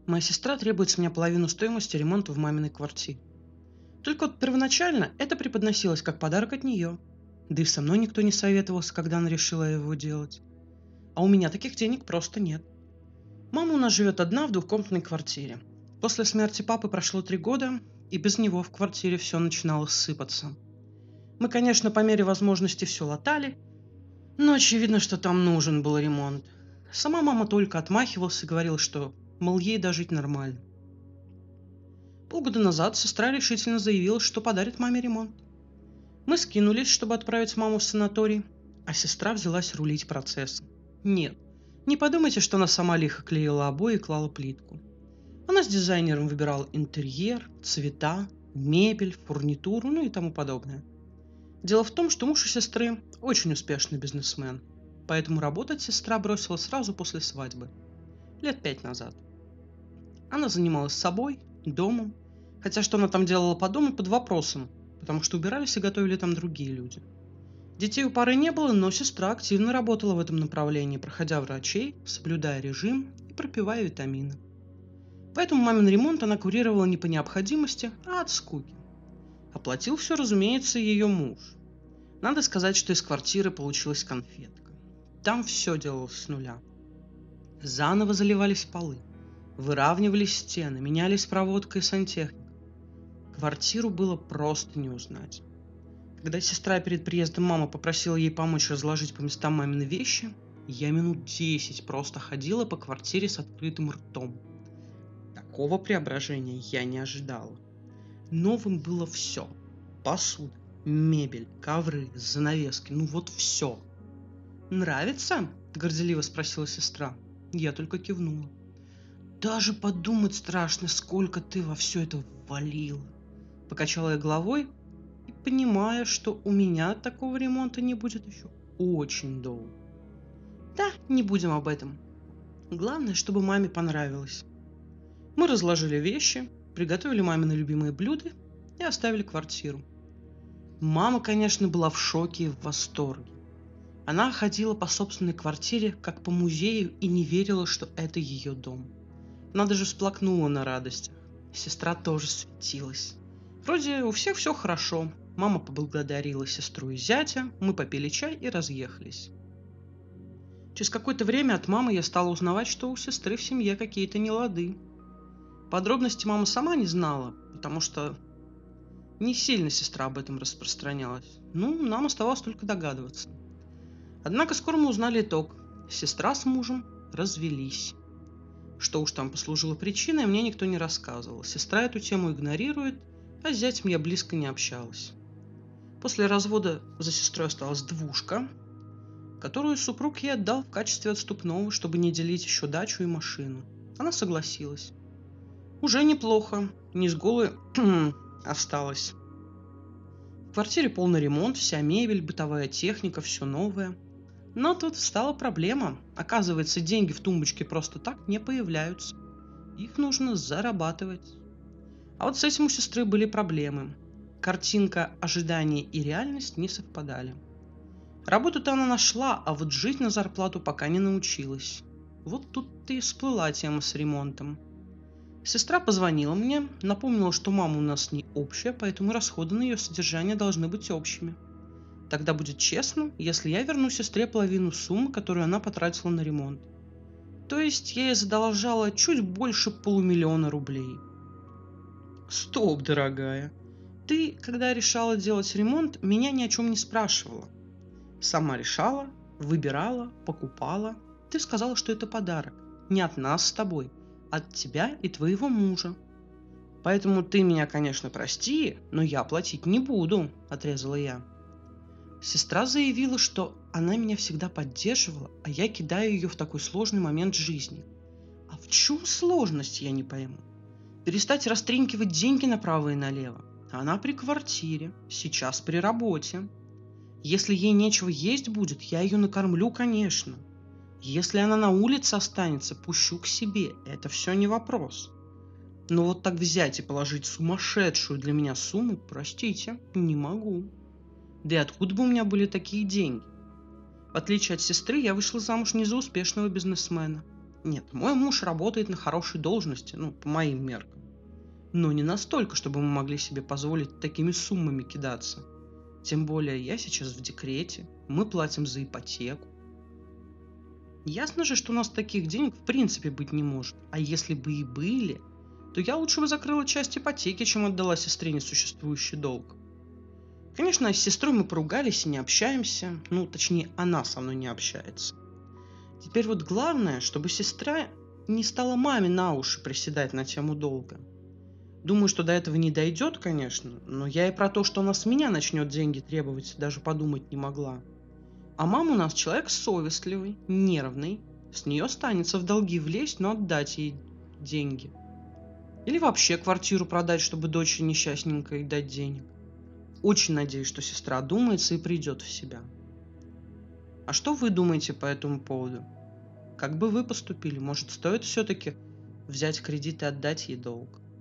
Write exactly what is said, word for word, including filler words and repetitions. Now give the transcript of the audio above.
Моя сестра требует с меня половину стоимости ремонта в маминой квартире. Только вот первоначально это преподносилось как подарок от нее. Да и со мной никто не советовался, когда она решила его делать. А у меня таких денег просто нет. Мама у нас живет одна в двухкомнатной квартире. После смерти папы прошло три года, и без него в квартире все начинало сыпаться. Мы, конечно, по мере возможности все латали, но очевидно, что там нужен был ремонт. Сама мама только отмахивалась и говорила, что, мол, ей дожить нормально. Полгода назад сестра решительно заявила, что подарит маме ремонт. Мы скинулись, чтобы отправить маму в санаторий, а сестра взялась рулить процессом. Нет, не подумайте, что она сама лихо клеила обои и клала плитку. Она с дизайнером выбирала интерьер, цвета, мебель, фурнитуру, ну и тому подобное. Дело в том, что муж у сестры очень успешный бизнесмен, поэтому работать сестра бросила сразу после свадьбы, лет пять назад. Она занималась собой, домом, хотя что она там делала по дому под вопросом, потому что убирались и готовили там другие люди. Детей у пары не было, но сестра активно работала в этом направлении, проходя врачей, соблюдая режим и пропивая витамины. Поэтому мамин ремонт она курировала не по необходимости, а от скуки. Оплатил все, разумеется, ее муж. Надо сказать, что из квартиры получилась конфетка. Там все делалось с нуля. Заново заливались полы, выравнивались стены, менялись проводка и сантехника. Квартиру было просто не узнать. Когда сестра перед приездом мамы попросила ей помочь разложить по местам мамины вещи, я минут десять просто ходила по квартире с открытым ртом. Такого преображения я не ожидала. Новым было все. Посуда, мебель, ковры, занавески, ну вот все. «Нравится?» – горделиво спросила сестра. Я только кивнула. «Даже подумать страшно, сколько ты во все это ввалила!» Покачала я головой и понимая, что у меня такого ремонта не будет еще очень долго. Да, не будем об этом. Главное, чтобы маме понравилось. Мы разложили вещи, приготовили мамины любимые блюда и оставили квартиру. Мама, конечно, была в шоке и в восторге. Она ходила по собственной квартире, как по музею, и не верила, что это ее дом. Она даже всплакнула на радостях. Сестра тоже светилась. Вроде у всех все хорошо. Мама поблагодарила сестру и зятя, мы попили чай и разъехались. Через какое-то время от мамы я стала узнавать, что у сестры в семье какие-то нелады. Подробности мама сама не знала, потому что не сильно сестра об этом распространялась. Ну, нам оставалось только догадываться. Однако скоро мы узнали итог. Сестра с мужем развелись. Что уж там послужило причиной, мне никто не рассказывал. Сестра эту тему игнорирует, а с зятем я близко не общалась. После развода за сестрой осталась двушка, которую супруг ей отдал в качестве отступного, чтобы не делить еще дачу и машину. Она согласилась. Уже неплохо, не с голой осталась. В квартире полный ремонт, вся мебель, бытовая техника, все новое. Но тут стала проблема. Оказывается, деньги в тумбочке просто так не появляются. Их нужно зарабатывать. А вот с этим у сестры были проблемы. Картинка, ожидания и реальность не совпадали. Работу-то она нашла, а вот жить на зарплату пока не научилась. Вот тут-то и всплыла тема с ремонтом. Сестра позвонила мне, напомнила, что мама у нас не общая, поэтому расходы на ее содержание должны быть общими. Тогда будет честно, если я верну сестре половину суммы, которую она потратила на ремонт. То есть я ей задолжала чуть больше полумиллиона рублей. Стоп, дорогая. Ты, когда решала делать ремонт, меня ни о чем не спрашивала. Сама решала, выбирала, покупала. Ты сказала, что это подарок. Не от нас с тобой, а от тебя и твоего мужа. Поэтому ты меня, конечно, прости, но я платить не буду, отрезала я. Сестра заявила, что она меня всегда поддерживала, а я кидаю ее в такой сложный момент жизни. А в чем сложность, я не пойму? Перестать растринкивать деньги направо и налево. Она при квартире, сейчас при работе. Если ей нечего есть будет, я ее накормлю, конечно. Если она на улице останется, пущу к себе, это все не вопрос. Но вот так взять и положить сумасшедшую для меня сумму, простите, не могу. Да и откуда бы у меня были такие деньги? В отличие от сестры, я вышла замуж не за успешного бизнесмена. Нет, мой муж работает на хорошей должности, ну, по моим меркам. Но не настолько, чтобы мы могли себе позволить такими суммами кидаться. Тем более я сейчас в декрете, мы платим за ипотеку. Ясно же, что у нас таких денег в принципе быть не может. А если бы и были, то я лучше бы закрыла часть ипотеки, чем отдала сестре несуществующий долг. Конечно, с сестрой мы поругались и не общаемся. Ну, точнее, она со мной не общается. Теперь вот главное, чтобы сестра не стала маме на уши приседать на тему долга. Думаю, что до этого не дойдет, конечно, но я и про то, что она с меня начнет деньги требовать, даже подумать не могла. А мама у нас человек совестливый, нервный. С нее станется в долги влезть, но отдать ей деньги. Или вообще квартиру продать, чтобы дочери несчастненькой дать денег. Очень надеюсь, что сестра одумается и придет в себя. А что вы думаете по этому поводу? Как бы вы поступили? Может, стоит все-таки взять кредит и отдать ей долг?